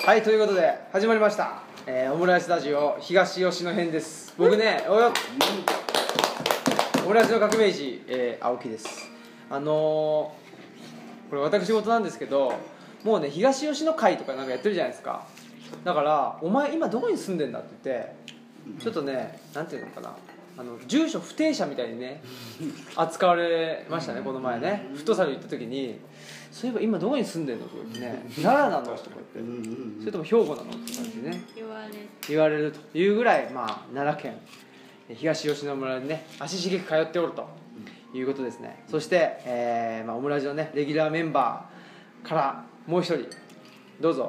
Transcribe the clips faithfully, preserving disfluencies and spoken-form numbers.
はい、ということで始まりました、えー、オムライスラジオ東吉野編です。僕ね、およオムライスの革命児、えー、青木です。あのー、これ私事なんですけど、もうね東吉野会とかなんかやってるじゃないですか。だからお前今どこに住んでんだって言ってちょっとね、なんていうのかな、あの住所不定者みたいにね扱われましたね、この前ね。フットサル行った時に、そういえば今どこに住んでんのとか言ってね、奈良なのとか言って、それとも兵庫なのって感じでね言われ言われるというぐらい、まあ、奈良県東吉野村にね足しげく通っておるということですね。そして、えーまあ、オムラジのねレギュラーメンバーからもう一人どうぞ。 はい、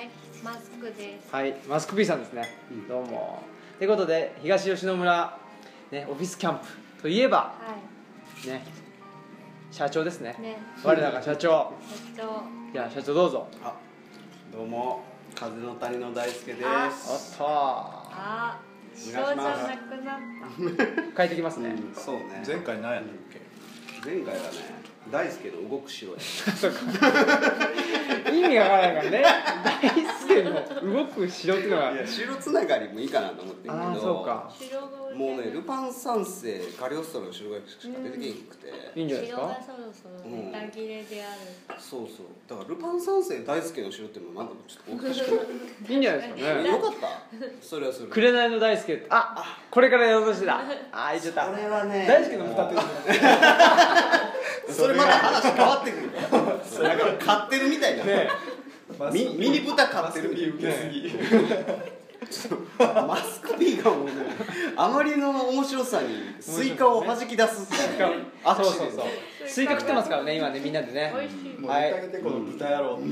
マスクです。 はい、マスク P さんですね、うん、どうも。ということで東吉野村、ね、オフィスキャンプといえば、はいね、社長ですね。ね、我らが社長。社長。じゃあ社長どうぞ。 あ、どうも風の谷の大輔です。 おっとー。 あ、白じゃなくなった。 変えてきますね。 うん、そうね。 前回何やったっけ？前回はね、大輔の動く城や。 そうか。意味がわからないからね。大輔の動く城っていうのは。 いや、城つながりもいいかなと思ってるけど。 ああ、そうか。 もうね、ルパン三世カリオストロの城がしか出てけへんくて、 いいんじゃないですか。 城がそろそろネタ切れである、 うん、そうそう。だからルパン三世大輔の城っていうのはなんかちょっとおかしくないいいんじゃないですかね。 よかった。それはそれ。 紅の大輔。あ、あ、これからやろうとしてた。あ、言っちゃった。 これはね。 大輔の歌ってる。 それまた話変わってくる。なんか買ってるみたいな。ね。ミ, ミニ豚買ってる。 マスク P 受けすぎ。 マスク P がもうね、あまりの面白さにスイカを弾き出すっていう。 あ、そうそうそう。スイカ食ってますからね、今ね、みんなでね。 美味しい。 もう言ってあげて、この豚野郎って。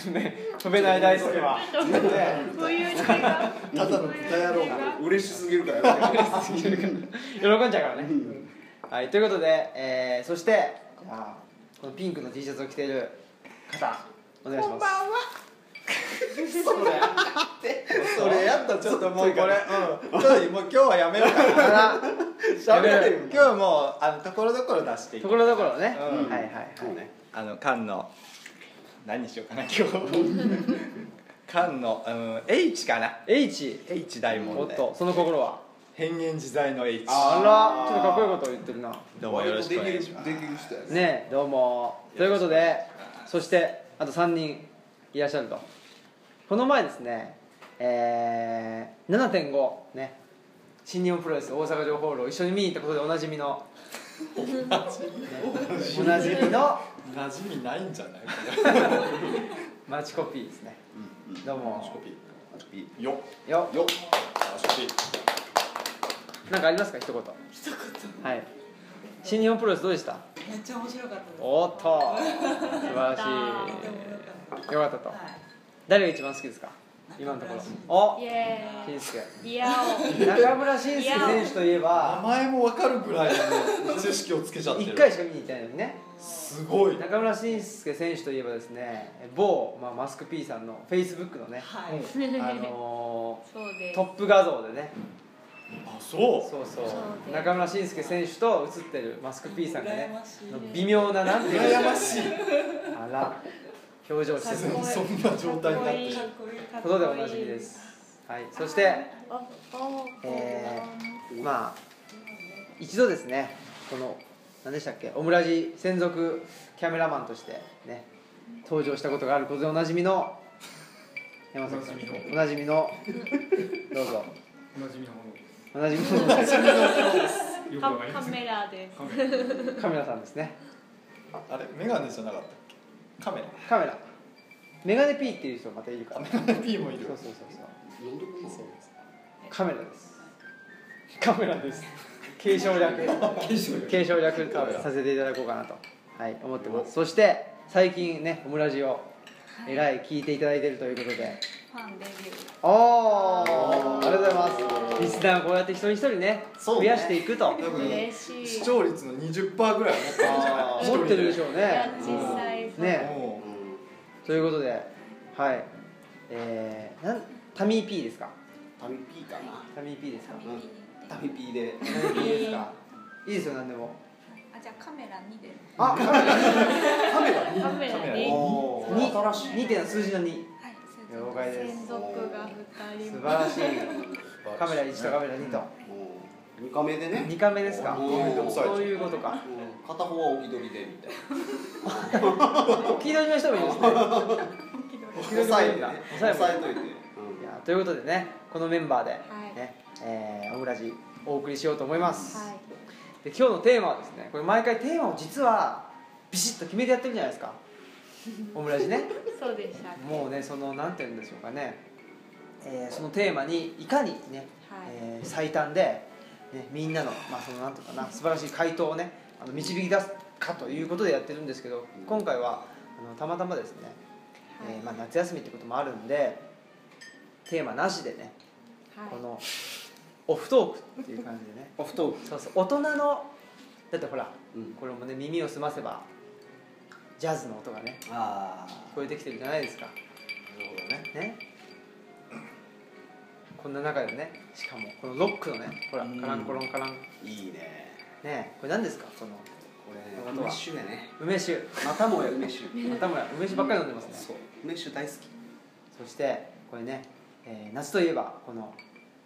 ね、飛べない大輔は。 冬にが。 ただの豚野郎が嬉しすぎるから。 嬉しすぎるから。喜んじゃうからね。はい、ということで、えー、そして、じゃあこのピンクの T シャツを着ている方、お願いします。こんばんは。 それやったらちょっともうこれ、うん、ちょっともう今日はやめようかな。喋れる。今日はもうあのところどころ出していく。 ところどころね。 うん、 はいはいはい。 あの缶の何にしようかな今日。缶の、うん、H かな。 H。 H 大門で。 おっと、その心は。 変幻自在の H。 あら、ちょっとかっこいいことを言ってるな。 どうもよろしくお願いします。 できる人やね。 ね、どうも。ということで、そしてあとさんにんいらっしゃると。この前ですね、えー、ななてんご ね、新日本プロレス大阪城ホールを一緒に見に行ったことでおなじみのおなじみの馴染みないんじゃないマチコピーですね。 うんうん、 どうも。 マチコピー。よっよっ。 よっ。マチコピー。 なんかありますか、一言。 一言。 はい。新日本プロレスどうでした？ めっちゃ面白かったです。 おっと、素晴らしい。よかったと。はい、誰が一番好きですか？今のところ。お、 イエーイ。 新助。 いやお。 中村慎介選手といえば名前も分かるぐらいの知識をつけちゃってる。 いっかいしか見に行ってないのにね。 すごい。 中村慎介選手といえばですね、某、まあ、マスク P さんのフェイスブックのね、 はい、 あのー、 そうです。 トップ画像でね。 あ、そうそうそう中村慎介選手と写ってるマスク P さんがね、微妙ななんていう羨ましい。 あら、表情してるそんな状態になってることでおなじみです。はい、そして、えー、まあ一度ですね、この何でしたっけ、オムラジ専属キャメラマンとしてね登場したことがあることでおなじみの山崎さん、おなじみのどうぞ。 おなじみのもの。 おなじみのものです。 カメラです。 カメラさんですね。 あれメガネじゃなかったっけ？カメラ。 カメラ。メガネ P っていう人またいるから。 メガネ P もいる。 そうそうそうそう。 なんでこんなそうです。 カメラです。カメラです。継承略。継承略させていただこうかなと、はい、思ってます。そして最近ねオムラジをえらい聞いていただいているということで。 ファンデビュー。 おー、ありがとうございます。リスナーをこうやって一人一人ね、ね増やしていくと。 嬉しい。 視聴率の にじゅっパーセント ぐらい持ってるんじゃない？ 持ってるでしょうね。 実際そうね。ということで、はい、えー、なんタミー P ですか？ タミ P かな。 タミー P ですか？ タミ P で。 タミー P ですか？いいですよ、何でも。 あ、じゃあカメラにで。 あ、カメラカメラに。 カメラに。 に。 晴らしい。 にてんの数字のに。 はい了解です専属がふたり素晴らしい。カメラいちとカメラにと。 にカメでね。 にカメですか。 うんそういうことか。 うん片方は置き取りでみたいな。 置き取りの人もいるんですね。置き取り抑えてね。 抑え抑えといて。 いやということでね、このメンバーで、 はいねえーオムラジお送りしようと思います、 はいで今日のテーマはですね、これ毎回テーマを実はビシッと決めてやってるじゃないですかオムラジね。 そうでしたっけ。 もうね、そのなんて言うんでしょうかね、えーそのテーマにいかにね、 はいえー最短で、ね、みんなの、まあ、そのなんていうかな、素晴らしい回答をねあの導き出すかということでやってるんですけど、今回はあのたまたまですね、えーまあ、夏休みってこともあるんでテーマなしでね、 はいこのオフトークっていう感じでねオフトーク。 そうそう大人のだってほら、 うんこれもね耳を澄ませばジャズの音がねあ聞こえてきてるじゃないですかなるほどね。 ね。こんな中でね、しかもこのロックのね、ほらうんカランコロンカランあいいね。 ね、これ何ですか、このこれこの音は梅酒やね。 梅酒、 またもや梅酒。 またもや梅酒ばっかり飲んでますね。 そう梅酒大好き。 そしてこれね、えー夏といえばこの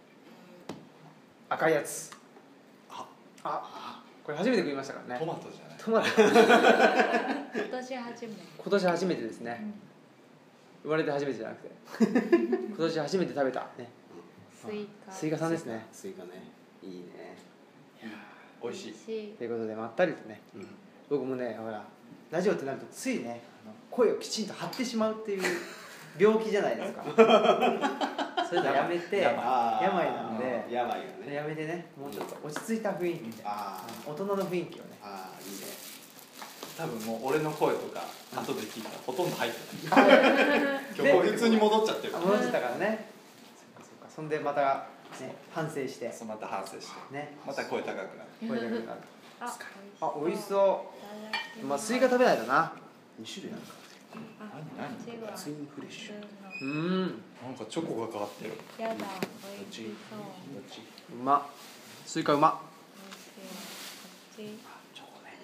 赤いやつ。 ああ、これ初めて食いましたからね。 トマトじゃない。 トマト。 今年初めて。 今年初めてですね。生まれて初めてじゃなくて、今年初めて食べたね。 スイカ。 スイカさんですね。 スイカね。いいね。 美味しい。 ということでまったりとね、 うん。 僕もね、ほらラジオってなるとついね、あの声をきちんと張ってしまうっていう病気じゃないですか。それとやめて、病あーなんで、 病がね。 やめてね、もうちょっと落ち着いた雰囲気で、 あー大人の雰囲気をね。 あーいいね。 多分もう俺の声とか後で聞いたらほとんど入ってない。今日普通に戻っちゃってるあ、。戻ってたからね。そっかそっか。そんでまたね反省してそうまた反省してね、 また声高くなる。 声だけになる。 あ、 あ、美味しう。 そう。まあスイカ食べないとな。 二種類あるか何何ら。ツインフレッシュ。 うーん、 なんかチョコが変わってる。 やだ、美味しそう。 どっち？ うまっ。スイカうまっ。 美味しい。こチョコね。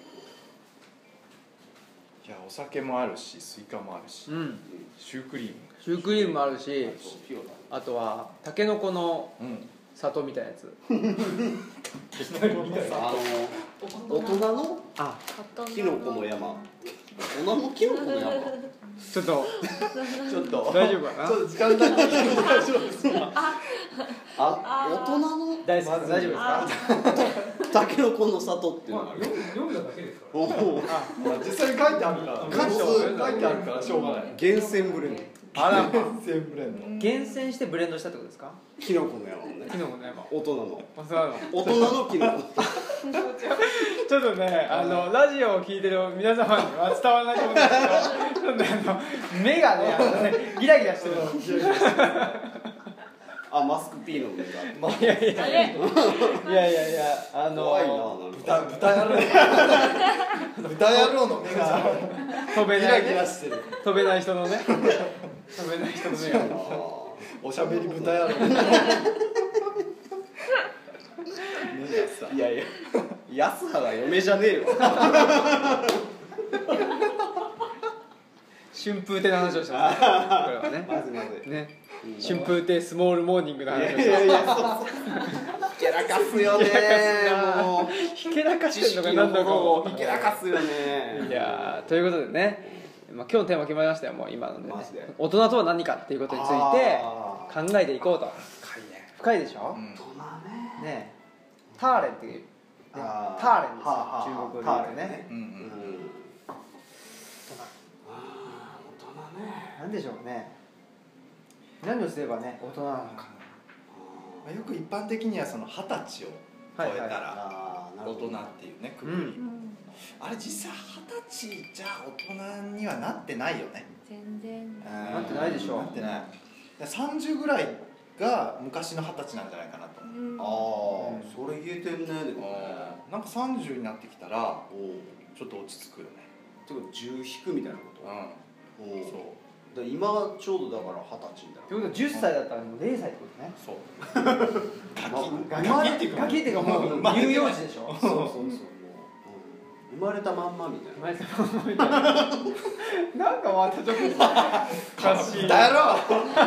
いやお酒もあるしスイカもあるしうん。 シュークリーム。 シュークリームもあるし、 そうピオラ。 あとはタケノコのうん。 里みたいなやつ。 あの大人のあ、 っキノコの山。大人のキノコの山。 ちょっとちょっと大丈夫かなちょっと時間だけ大丈夫ですか。あ、大人の大丈夫です大丈夫ですか。 タケノコの里っていうのがある。 読んだだけですかおお。 実際に書いてあるから。 かつ書いてあるからしょうがない。 厳選ブレンド。 あら、 全ブレンド。 厳選してブレンドしたってことですか。 キノコの山をね。 キノコの山。 大人の。 あ、そうなの。 大人のキノコ。 ちょっとね、あのラジオを聞いてる皆様には伝わらないと思うんですけど、ちょっとね、あの目がね、あのね、ギラギラしてるの。 あ、マスクピーの目が。 いやいやいやいやいやいや、あの怖いな、なん豚か。 豚野郎。豚野郎の目が飛べない、 ギラギラしてる。 飛べない人のね、飛べない人の目が。 おしゃべり豚野郎。 いやいや、安葉が嫁じゃねえよ。 春風亭の話をしてます、ね。これはね。 まずまず。 ね、春風亭スモールモーニングの話をいしてます。 やいや、そうそう。ひけらかすよね。もう。 ひけらか知してんの識のかなんだか方をひけらかすよね。 いやー、ということでね、まあ、今日のテーマ決まりましたよ、もう今のでねマジで。 大人とは何かっていうことについてあ考えていこうと。 深いね。 深いでしょ、 うん。 大人ね。 ねえ、ターレンっていう、ね、 あーターレンですよ、 はあはあ中国語でターレン言うとね。 うんう。 うんん。あー大人ね。 なんでしょうね、何をすればね大人なのか。 まあよく一般的にはその二十歳を超えたらあーなるほど。 大人っていうねくくり。 うんあれ実際二十歳じゃ大人にはなってないよね。 全然。 なってないでしょなってない。さんじゅうぐらいが昔の二十歳なんじゃないかなと。 うんああ、それ言えてんね。でもね。 なんかさんじゅうになってきたらおお。 ちょっと落ち着くよね。 てかじゅう引くみたいなこと。 うん。 おお。 そうだから今ちょうどだから二十歳みたいな。 ということはじゅっさいだったらもうゼロさいってことね。 そう。ガキガキガキっていうかガキっていうかもうまあ乳幼児でしょ。 そうそうそう。もう。 生まれたまんまみたいな生まれたまんまみたいななんかまたちょっとおかしいだろ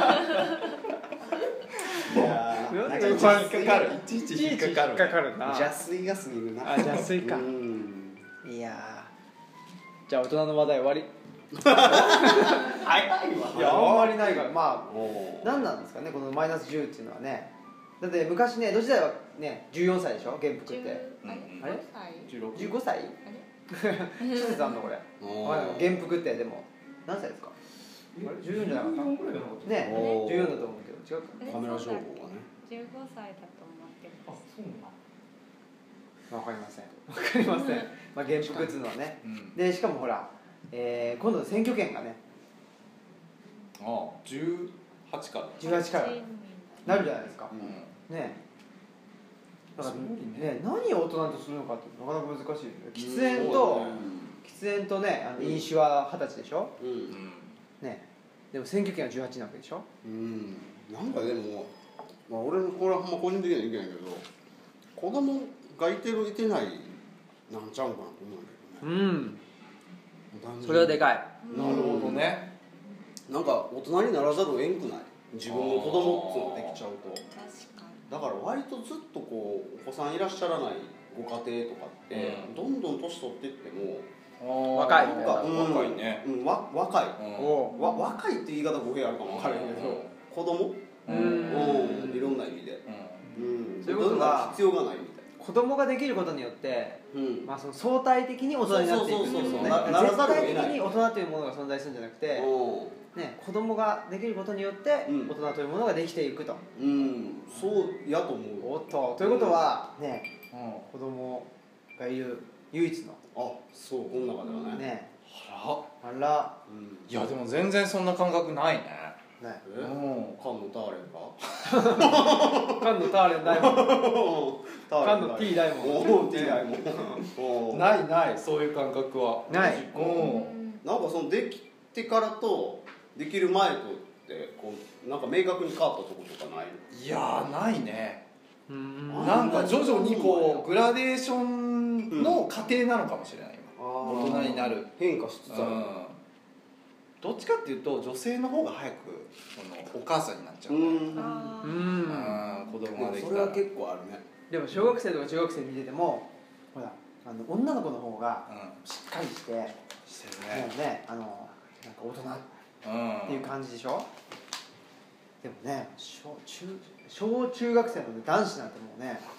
いやなんかいちいち引っかかるいちいち引っかかる引っかかるな邪推が過ぎるなあ邪推かうんいやーじゃあ大人の話題終わりはいいやあんまりないからまあおー何なんですかねこのマイナスじゅうっていうのはねだって昔ね江戸時代はねじゅうよんさいでしょ元服ってあれあれごさいじゅうろくじゅうごさいあれ季節あんのこれおわかんない元服ってでも何歳ですかあれじゅうよんじゃなかったねおーじゅうよんだと思うけど違うかえカメラ情報がねじゅうごさいだと思ってまあすそうなんだわかりませんわかりませんまあ元服っていうのはねうんでしかもほらえー今度選挙権がねあじゅうはちからじゅうはちからなるじゃないですかうんねだからすごいねね何を大人とするのかってなかなか難しいですね喫煙そうとだね喫煙とねあの飲酒は二十歳でしょうんうんねでも選挙権はじゅうはちなわけでしょうんなんかでも、まあ、俺これはほんま個人的な意見やけど子供がいてるいてないなんちゃうんかなと思うんだけどねうん単純にそれはでかいなるほどねなんか大人にならざるを得んくない自分の子供っていうのができちゃうと確かにだから割とずっとこうお子さんいらっしゃらないご家庭とかって、 うんどんどん年取っていっても若いなんか、うん若いね、 うん、わ若い、 うんおわ若いっていう言い方語弊あるかも分からへんけど、子供ううんんいろんな意味で、 うんうん、 そういうことは必要がないみたい子供ができることによって、 うんまあ、その相対的に大人になっていくっていうことねそうそうそうそうなならざるを得ない絶対的に大人というものが存在するんじゃなくて、ね、子供ができることによってうん大人というものができていくと、 うん、うん、そうやと思うおっとということはねうん子供がいる唯一のあそうこの中ではねねあらあらうん、 いやでも全然そんな感覚ないねねえうん缶のターレンか缶のターレン大門タ缶の T 大門おー T 大門おーないないそういう感覚はないうんなんかそのできてからとできる前とってこうなんか明確に変わったところとかないのいやーないねうーんあなんか徐々にこうグラデーションの過程なのかもしれない今大大人になる変化しつつある、 うんどっちかっていうと女性の方が早くそのお母さんになっちゃう、 うんあーうんうん子供ができたらそれは結構あるねでも小学生とか中学生見ててもほらあの女の子の方がうんしっかりしてもしてるうねねあのなんか大人うんっていう感じでしょ、でもね小中小中学生の、ね、男子なんてもうね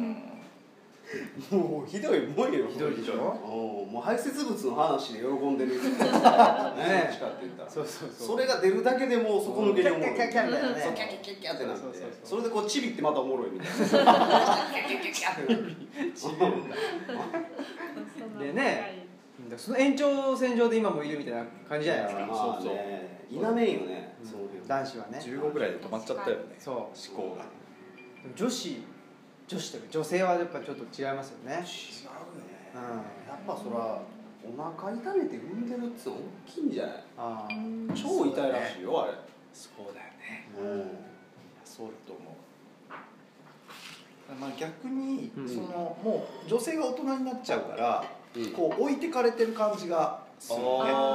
もうひどいもんよひどいでしょおーもう排泄物の話で喜んでるねどっちかって言ったらそうそうそうそれが出るだけでもうそこ抜けにおもろいキャッキャッキャッキャみたいなねそうキャッキャッキャッキャってなってそうそうそうそれでこうチビってまたおもろいみたいなキャッキャッキャッキャッってなるでねその延長線上で今もいるみたいな感じじゃないですかまあそうそうね否めんよねうんそういうの男子はねじゅうごぐらいで止まっちゃったよねそう思考がでも女子女子というか女性はやっぱちょっと違いますよね違うねうんやっぱそらお腹痛めて産んでるってのは大きいんじゃないああ超痛いらしいよあれそうだよねうんそうだと思うまあ逆に、 うんそのもう女性が大人になっちゃうから、 うんこう置いてかれてる感じがするね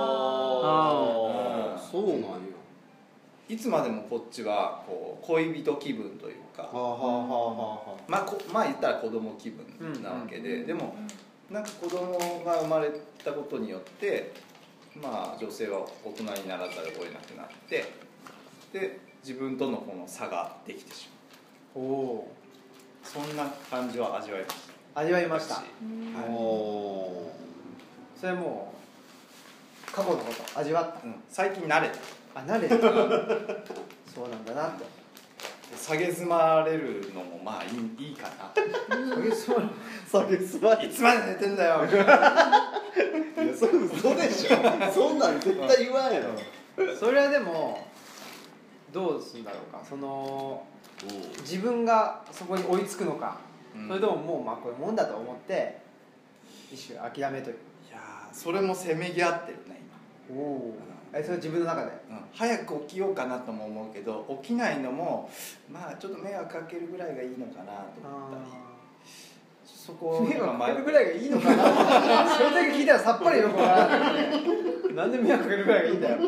ああそうなんやいつまでもこっちはこう恋人気分というかはあはあはあはあまあこまあ言ったら子供気分なわけで、でもなんか子供が生まれたことによってまあ女性は大人にならざるを得なくなってで自分とのこの差ができてしまうおおそんな感じは味わいました味わいました私おおそれはもう過去のこと味わっうん、最近慣れたたあ慣れたそうなんだなって下げ詰まれるのもまあいいいいかな下げすまる下げすまいつまで寝てんだよいやそれ嘘でしょそんなん絶対言わんやろそれはでもどうするんだろうかそのう自分がそこに追いつくのか、 うんそれとももうまあこれもんだと思って一種諦めといういやーそれもせめぎ合ってるねおおえそれ自分の中で今、うん、早く起きようかなとも思うけど起きないのもまあちょっと迷惑かけるぐらいがいいのかなと思ったりそこ迷惑かけるぐらいがいいのかなそれだけ聞いたらさっぱりよくわからないなんで迷惑かけるぐらいがいいんだよ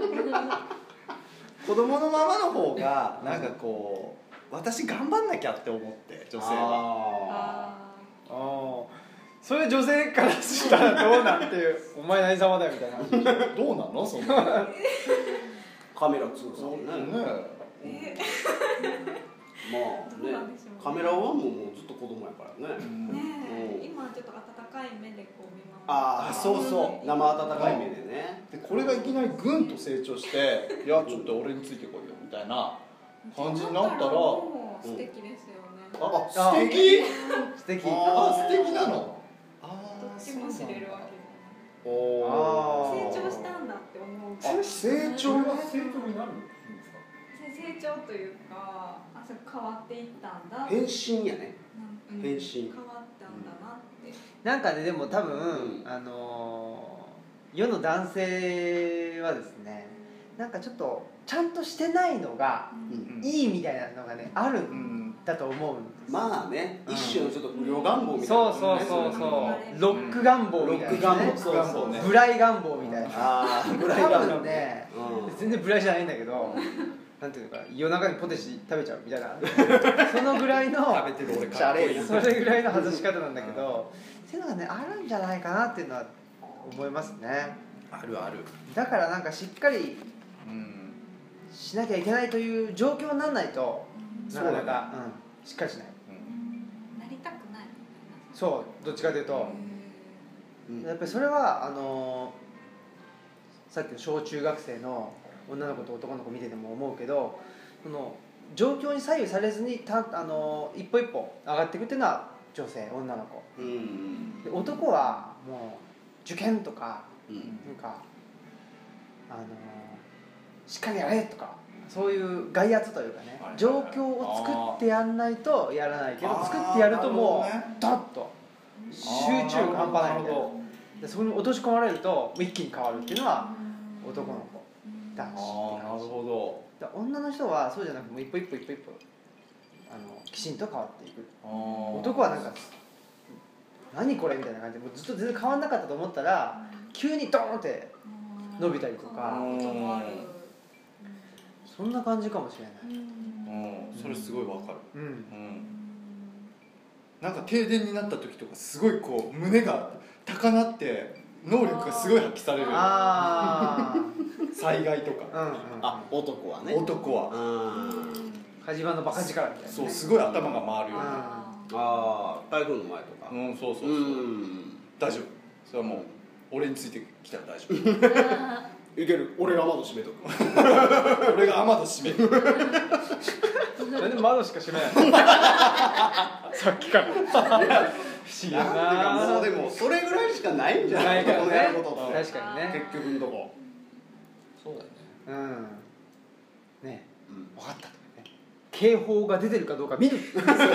子供のままの方がなんかこう私頑張んなきゃって思って女性はああああそれ女性からしたらどうなんていうお前何様だよみたいな話どうなのそんなねーカメラツーさんねえまあねどうなんでしょうねカメラワンももうずっと子供やからね、 うんねうんえ今ちょっと温かい目でこう見守ってああそうそう生温かい目でねでこれがいきなりグンと成長して「いやちょっと俺についてこいよ」みたいな感じになったらもう素敵ですよね、 ああ素敵素敵あ素敵なのあどっちも知れるわけじおあーゃない成長したんだって思うあ成長は成長になるんですか？ 成長というかあそれ変わっていったんだ変身やねうん変身変わったんだなって、 なんかねでも多分、 うんあのー世の男性はですねなんかちょっとちゃんとしてないのがうんいいみたいなのがねあるうんんだと思うんですまあね、 うん一種のちょっと不良願望みたいそうな、 そうそううんそうロック願望みたいな、ね、 ロック願望そうそうねブライ願望みたいなああぐらい多が分ねうん全然ブライじゃないんだけどなんていうのか夜中にポテチ食べちゃうみたいなそのぐらいの食べてる俺かっこいいそれぐらいの外し方なんだけどっていうのがねあるんじゃないかなっていうのは思いますねあるあるだからなんかしっかりうんしなきゃいけないという状況にならないとなかなそうか、うん、しっかりしないなりたくないみそうどっちかというとたいな、 うんやっぱりそれはあのーさっきの小中学生の女の子と男の子見てても思うけどその状況に左右されずにた、あのー一歩一歩上がっていくっていうのは女性女の子うんで男はもう受験とかうんなんかあのーしっかりやれとかそういう外圧というかねはいはいはい状況を作ってやんないとやらないけどあー作ってやるともなるほどねうドッと集中力半端ないみたいなでそこに落とし込まれるともう一気に変わるっていうのは男の子男子ってああなる感じほだから女の人はそうじゃなくもう一歩一歩一歩一歩あのきちんと変わっていくどあー男はなんか何これみたいな感じでもうずっと全然変わんなかったと思ったら急にドーンって伸びたりとか変わることもあるそんな感じかもしれないうんそれすごいわかるうんうんなんか停電になった時とかすごいこう胸が高鳴って能力がすごい発揮されるあ災害とかあうんうんあ男はね男はあ火事場のバカ力みたいなねそうすごい頭が回るよああー台風の前とかうんそうそうそううん大丈夫それはもう俺についてきたら大丈夫いける俺が窓閉めとく俺が雨戸閉めるなんで窓しか閉めないのさっきから不思議だなんていうかもなうでもそれぐらいしかないんじゃなないいからこのやるねことって確かにね結局のとこそうだねうんねうん分かったとかね警報が出てるかどうか見るみたいな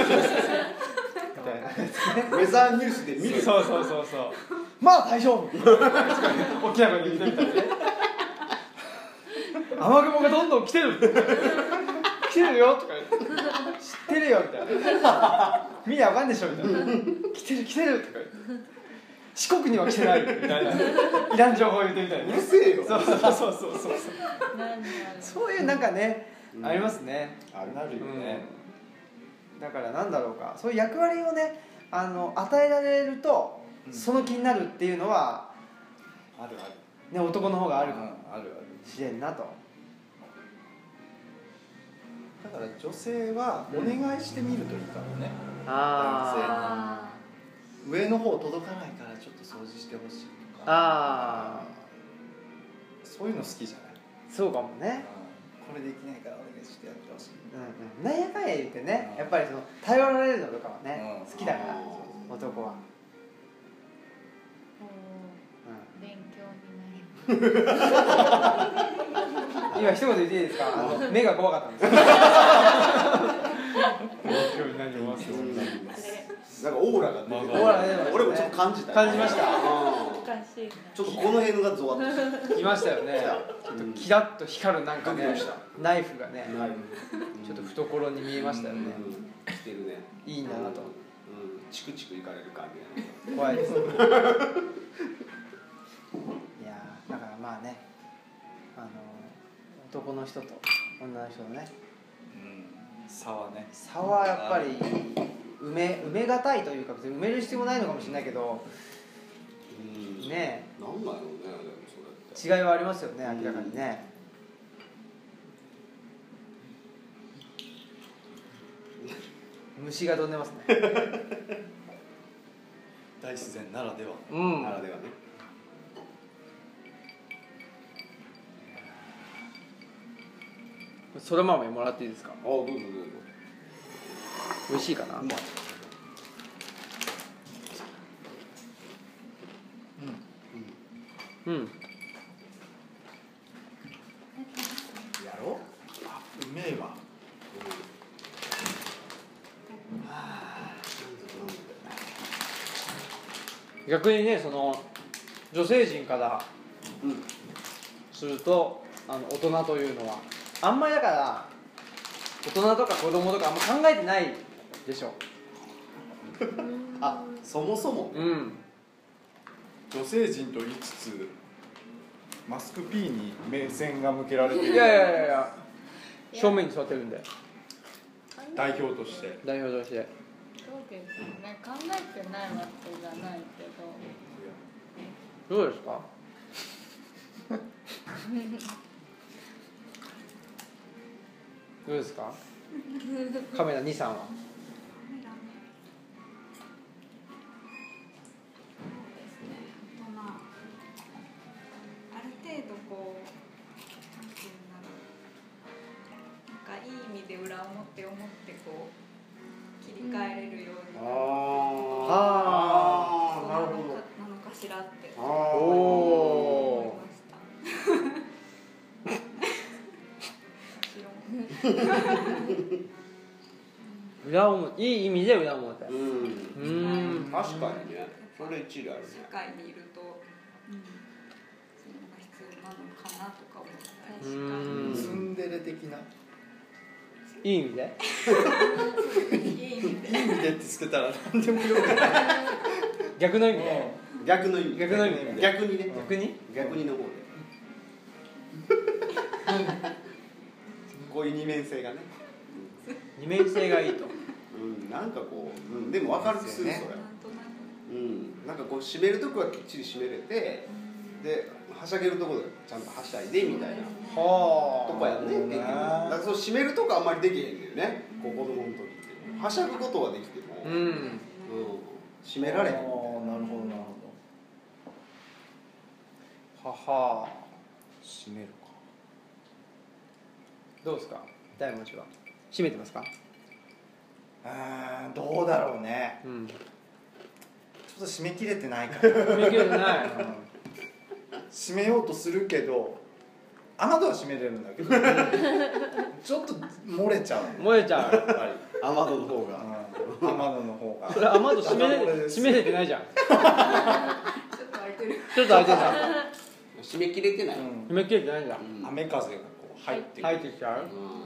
ウェザーニュースで見るそうそうそうそうまあ大丈夫大きな声で言ってみたいなね雨雲がどんどん来てる来てるよとか言って知ってるよみたいな見りゃわかんでしょみたいな来てる来てるとか言って四国には来てないみたいないらん情報を言ってみたいなうるせえよそうそうそうそうそう何あるそういうなんかね、 うんありますねあるなるよねだからなんだろうかそういう役割をねあの与えられると、 うんその気になるっていうのは、 あるあるね、男の方があるかうんもあるあるしれんなとだから女性はお願いしてみるといいかもねあ上の方届かないからちょっと掃除してほしいとかあそういうの好きじゃないそうかもね、 これできないからお願いしてやってほしいうんうん、なんやかんや言ってねうんやっぱりその頼られるのとかはね、 うん好きだからうん男は、 勉強になりうん、今一言言っていいですかあの目が怖かったんですよ勉強になりますなんかオーラが出てまあるオーラ出てましたね俺もちょっと感じた感じましたうんおかしいなちょっとこの辺がゾワッといましたよねちょっとキラッと光るなんかねドキドキしたナイフがねないちょっと懐に見えましたよねうん来てるねいいなとうんチクチクいかれる感じやね。 怖いですいやだからまあねあの男の人と女の人のね、 うん、差はね差はやっぱり埋め埋めがたいというか別に埋める必要もないのかもしれないけど、 うん、 ねなんなんやろうね、でもそれって違いはありますよね明らかにね。虫が飛んでますね大自然ならではうんならではね。 そら豆もらっていいですか。 あ、どうぞどうぞ。 美味しいかな。 うまい。 うんやろあうめえわ逆にねその女性陣からうんするとあの大人というのはあんまりだから大人とか子供とかあんま考えてないでしょ。 あ、そもそもうん女性陣と言いつつマスク P に目線が向けられているいやいやいやいや正面に座ってるんで代表として代表としてそうですよね。考えてないわけじゃないけど。 どうですかどうですかカメラにさんは。 ある程度こうなんていうんだろう、なんかいい意味で裏表思ってこう切り替えれるようになるああ、なるほど。 なのかしらってあお思いおました裏表いい意味で裏表うん、 うん確かにね、それ一理あるね。 社会にいると、うん、そういうのが必要なのかなとか思ったりしうんツンデレ的ないい意味でいい意味でい意味でってつけたら何でもよくない逆の意味で逆の意味。 逆の意味で逆にね。 逆に逆にの方で。こういう二面性がね。 二面性がいいとうん、なんかこう、うん、でも分かる気する、それ。 なんとなくうん、なんかこう締めるとこはきっちり締めれて、ではしゃげるとこでちゃんとはしゃいでみたいなはとこやね、結局。だからそう締めるとこあんまりできへんのよね、こう子供の時ってはしゃぐことはできても、 うんうん、締められへんみたいな。 あーなるほどなるほははど締めるかどうですか大文字は閉めてますか。 あーどうだろうねうんちょっと締め切れてないから閉め切れてない締めようとするけど雨戸は閉めれるんだけどちょっと漏れちゃう漏れちゃうやっぱり雨戸の方が、 うん雨戸の方がそれ雨戸閉めれ雨漏れです閉めれてないじゃんちょっと空いてるちょっと開いてた締め切れてない。 うん閉め切れてないじゃんうん雨風がこう入ってくる入ってきちゃうう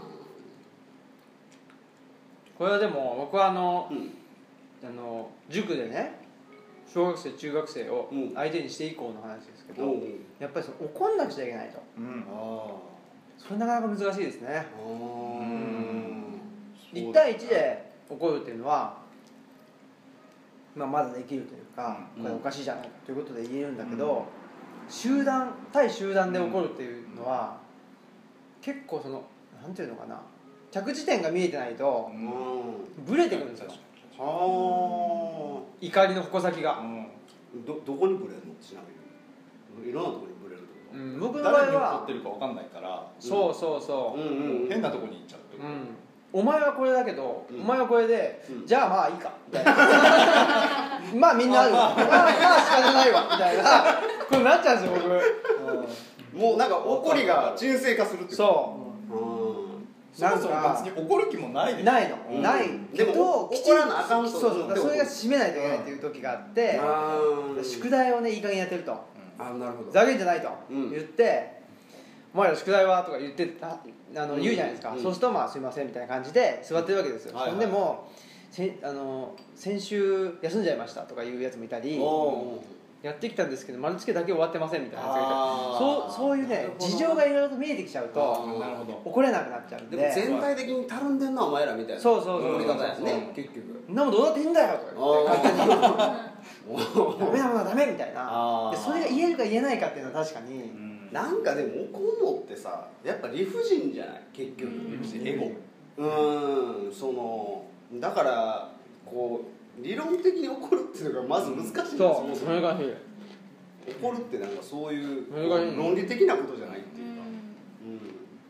これはでも僕はあのん、うん、 あの塾でね小学生中学生をうん相手にして以降の話ですけど、 おうやっぱりその怒んなくちゃいけないとうんあそれなかなか難しいですね。 あ、うんいち対いちで怒るっていうのは、まあ、まだできるというか、 うんこれおかしいじゃないかということで言えるんだけど、集団対集団で怒るっていうのは、結構そのなんていうのかな着地点が見えてないとうん、 ブレてくるんですよは怒りの矛先が、 あ、どどこにブレるのちなみにいろんなところにブレるってこうん、僕の場合誰に怒はってるか分かんないからそうそうと？ そうう、 んうん、 変なとこに行っちゃうってことうん、お前はこれだけど、 うんお前はこれで、 うんじゃあまあいいかみたいなまあみんなあるわまあまあ仕方ないわみたいなこれなっちゃうんですよ僕、 もうなんか怒りが沈静化するってこそと。 そもそも別に怒る気もないでしょうないの、 うんないけどでもきちん怒らなあかんとそうそうだからそれが締めないといけないっていう時があって、 あー宿題をねいい加減やってるとあ、なるほど。 ざけんじゃないとうん言って、お前ら宿題はとか言ってああの言うじゃないですか、 うんそうするとまあすいませんみたいな感じで座ってるわけですよ、 はいはいそんでもせあの先週休んじゃいましたとかいうやつもいたり、 おやってきたんですけど丸付けだけ終わってませんみたいなやつがいたり、 あーそうそういうね事情がいろいろと見えてきちゃうあとーなるほど怒れなくなっちゃうんで、 でも全体的にたるんでんのはお前らみたいなそうそうそう怒り方やそうね結局そんなもんどうだっていいんだよとか言ってあダメなものはダメみたいあーなでそれが言えるか言えないかっていうのは確かに、 うんなんかでも怒るのってさやっぱ理不尽じゃない結局エゴうーんそのだからこう理論的に怒るっていうのがまず難しいんですよ、 そうそれがしい怒るってなんかそういうそれがいい論理的なことじゃないっていうか、 うんうん、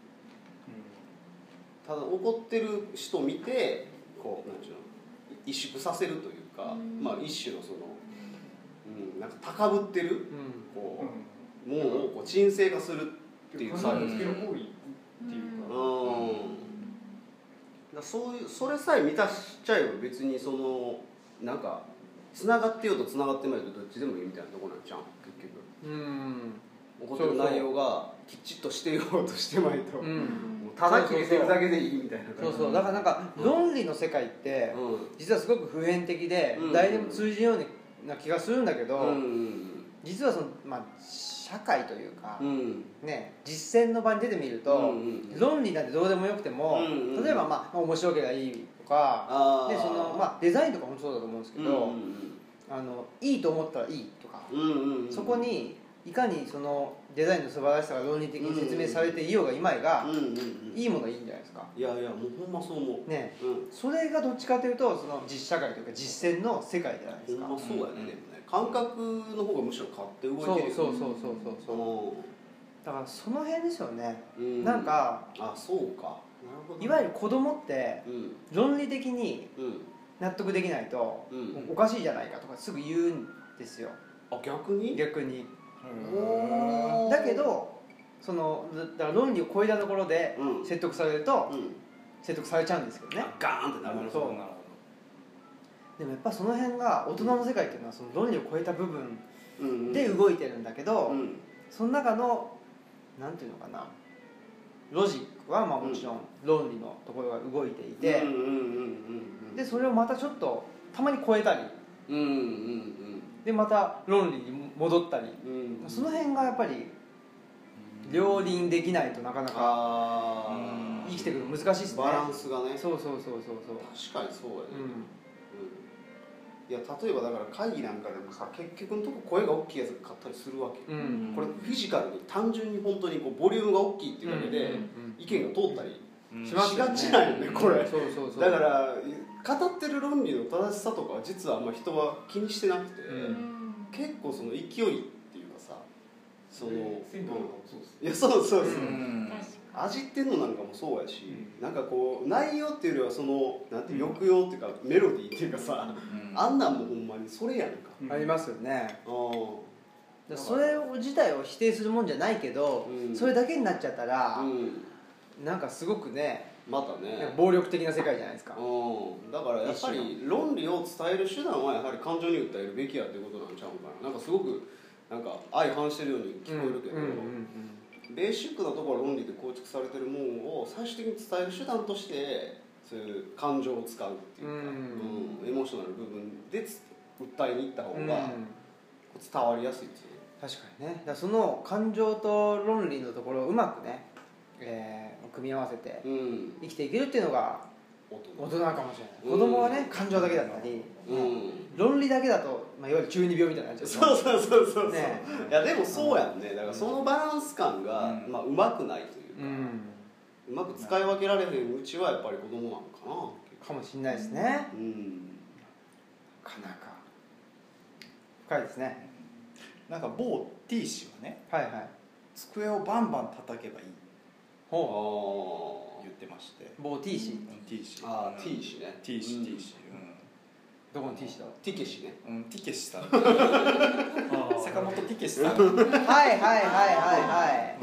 ただ怒ってる人を見てこうなんていうの萎縮させるというか、 うんまあ一種のその、うん、なんか高ぶってるうんこう、ものをこう沈静化するっていう感作業情つける行為っていうか、 うんだからそういうそれさえ満たしちゃえば別にそのなんかつながってようとつながってまいとどっちでもいいみたいなとこなんちゃうん結局うん怒ってる内容がきっちりとしてようとしてまいと、 うんもうただ切れてるだけでいいみたいな感じそうそうだからなんか論理の世界ってう実はすごく普遍的でうん誰でも通じるような気がするんだけど、 んうん実はその、まあ、社会というか、 うんうんね、実践の場に出てみると、 うんうん論理なんてどうでもよくても、 うんうん例えば、まあ、面白ければいいとかあーでその、まあ、デザインとかもそうだと思うんですけど、 うんあのいいと思ったらいいとか、 うんうんうんそこにいかにそのデザインの素晴らしさが論理的に説明されていようがいまいが、 うんうんうんいいものはいいんじゃないですか。 いやいやもうほんまそう思うね、 うんそれがどっちかというとその実社会というか実践の世界じゃないですか。 ほんまそうやね、でもね感覚の方がむしろ勝って動いてるよそうそうそうそうそうそうそだからその辺ですよね、 うんなんかあそうかなるほどいわゆる子供ってうん論理的にうん納得できないと、 うんおかしいじゃないかとかすぐ言うんですよあ逆に逆に。 おーだけどそのだから論理を超えたところでうん説得されるとうん説得されちゃうんですけどね。 ガーンってなるそうなるほでもやっぱその辺が大人の世界っていうのはその論理を超えた部分うんうんで動いてるんだけど、 うんその中のなんていうのかなロジックはまあもちろん論理のところが動いていて、 うんうんうんうんうんでそれをまたちょっとたまに超えたりうんうんうんでまた論理に戻ったり、 うんうんその辺がやっぱり両輪できないとなかなかああ生きてくるの難しいですね。 バランスがねそうそうそうそうそう確かにそうやね、 うんうんいや例えばだから会議なんかでもさ結局のとこ声が大きいやつが勝ったりするわけ、 うんこれフィジカルに単純に本当にこうボリュームが大きいっていうだけで、 うんうんうん意見が通ったりどしますしがちなんよねこれそうそうそうだから語ってる論理の正しさとかは実はあんま人は気にしてなくて、 うん結構その勢いっていうかさその、 銭湯とかもそうですいやそうそうそう、 うん確か味ってんのなんかもそうやし、なんかこう内容っていうよりはそのなんていう抑揚っていうかメロディーっていうかさ、 うんあんなんもほんまにそれやんか、 うんありますよね。 あーだからそれ自体を否定するもんじゃないけど、 うんそれだけになっちゃったら、 うんなんかすごくねまたね暴力的な世界じゃないですか。 うんだからやっぱり論理を伝える手段はやはり感情に訴えるべきやっていうことなんちゃうかな。なんかすごくなんか相反してるように聞こえるけど、 うんうんうんベーシックなところは論理で構築されてるものを最終的に伝える手段としてそういう感情を使うっていうか、 うんうんエモーショナル部分でつ訴えに行った方うんが伝わりやすいっていうね。 確かにね。だからその感情と論理のところをうまくね、えー組み合わせてうん生きていけるっていうのが大大人かもしれない。 うん子供はね感情だけだったり、 うん論理だけだと、まあ、いわゆる中二病みたいになっちゃう。 そうそうそうそうそう、 ねいやでもそうやんね。だからそのバランス感が、 うんまあうまくないというか、 うんうまく使い分けられへんうちはやっぱり子供なのかな。 かもしれないですね。 うんなかなか深いですね。 なんか某 T 氏はねはいはい。 机をバンバン叩けばいいあほー言ってましてう。某 T 氏、 T 氏あー T 氏ね T 氏うん T 氏どこの T 氏だ。 ティケ氏ねうん、うん、ティケシさんあ坂本ティケシさんはいはいはいはいはい。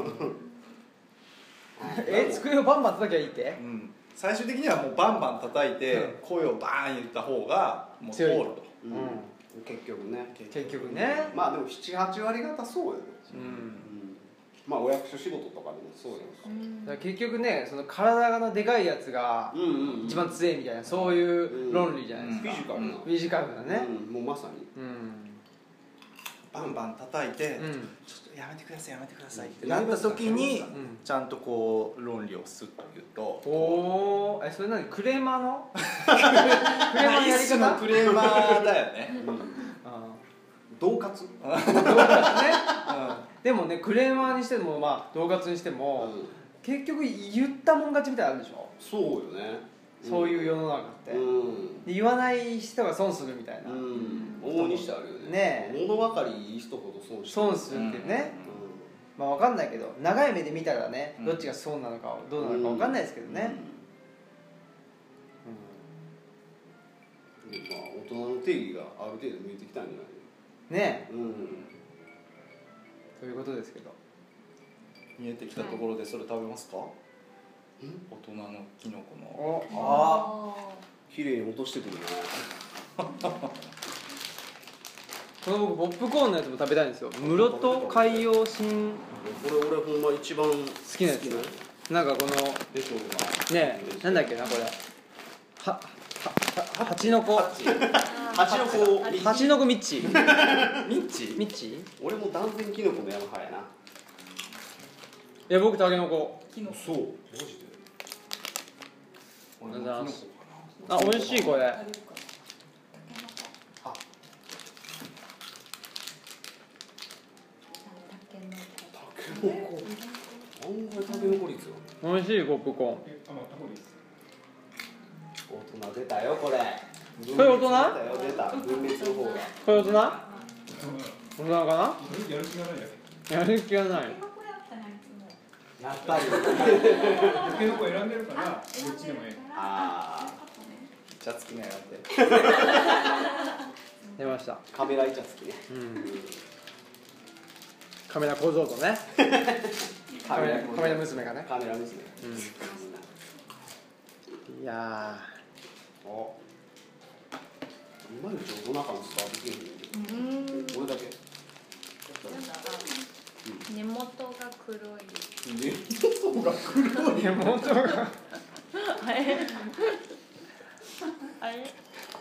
え、机をバンバン叩きゃいいってう？ん、最終的にはもうバンバン叩いて、 うん声をバーン言った方がもう通る強いとうん結局ね結局ね。 まあでもななはち割方そうよねうん。 まあお役所仕事とかでもそうやんか、 だから結局ねその体のでかいやつがうんうんうん、 一番強いみたいなそういう論理じゃないですか、 フィジカルな、 フィジカルなね、 うん、もうまさに、 うんバンバン叩いて、 うんちょっとやめてくださいやめてくださいってなった時に、 んちゃんとこう論理をすっと言うと、 おお、えそれ何クレーマーのクレーマーのやり一種の方クレーマーだよねあ恫喝、 ー恫喝ね、うん、でもねクレーマーにしてもまあ恫喝にしても、 うん、 結局言ったもん勝ちみたいなのあるでしょ、 そうよね、 そういう世の中って、 うんで言わない人が損するみたいな、 うん、往々にしてあるよね。 ねえ物分かりいい人ほど損してる。 損するっていうね、まあ分かんないけど長い目で見たらね、 うんどっちが損なのかどうなのか分かんないですけどね、 うんまあ大人の定義がある程度見えてきたんじゃないねえの？うん。 ということですけど、 見えてきたところでそれ食べますか？ うん大人のキノコのおあ綺麗に落としてくるね。 この僕ポップコーンのやつも食べたいんですよ。室戸海洋新これ俺ほんま一番好好きなやつなんかこのでしょうねえなんだっけなこれはははハチノコが。蜂の子。 ハチノコミッチミッチミッチい俺も断然キノコの山派やな。 や僕タケノコそう。マジで。 ありがとうございます。あ美味しいこれ。 タケノコ。案外タケノコ率よ。 美味しいポップコーン。 えあまあタコです大人出たよこれ。 これ大人出たよ出た。分裂の方が。 これ大人？大人かな？ やる気がないだけやる気がない。 やっぱり。 タケノコ選んでるからどっちでもいいああ。 じゃあ好きなよって出ました。 カメライチャつきね。 うん。カメラ小僧とね。カメラカメラ娘がね。 カメラ娘。 うん。いやあ。今のうち大人感伝わってきてる。俺だけ。 根元が黒い。 根元が黒い。 ー。根元が。 あれあれ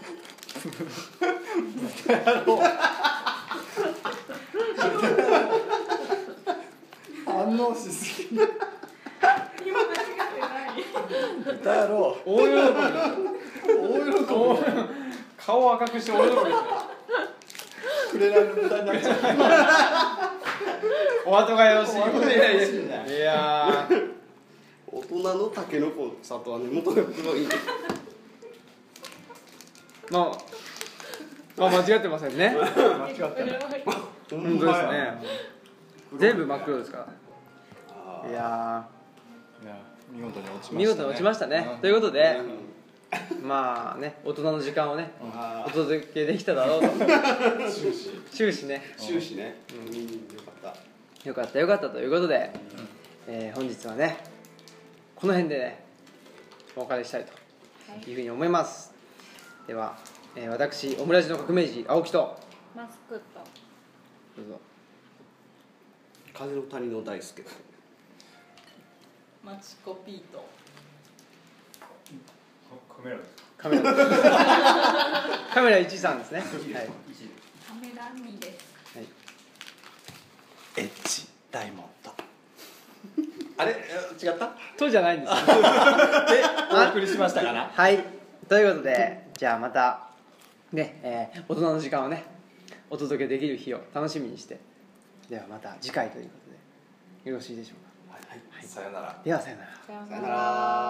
反応しすぎ今間違ってない豚野郎大喜び。 大喜び顔赤くして大喜びですね。 くれられる豚になっちゃお後がよろしい。 お後がよろしいねいやー。 大人のタケノコの里は根元が黒い。 まあ、まあ間違ってませんね。 う間違ってない本当ですね。全部真っ黒ですから。 あいやいや見事に落ちましたねー見事に落ちましたね。ということで、まあね大人の時間をねあお届けできただろうと。 終始終始ね。 終始ね。うんよかった。 よかったよかったということで、えー本日はねこの辺でねお別れしたいというふうに思います。では、えー私オムラジの革命児青木とマスクとどうぞ。 風の谷の大輔。 マチコピート。 カメラですカメラカメラいちさんですね。はい。 カメラにですはい。 エッチダイモンドあれ違ったとじゃないんですよ。 でお送りしましたかなはい。ということで、じゃあまたね、えー大人の時間をねお届けできる日を楽しみにして、ではまた次回ということでよろしいでしょうか。 はいさよならではさよなら。 さよさよなら。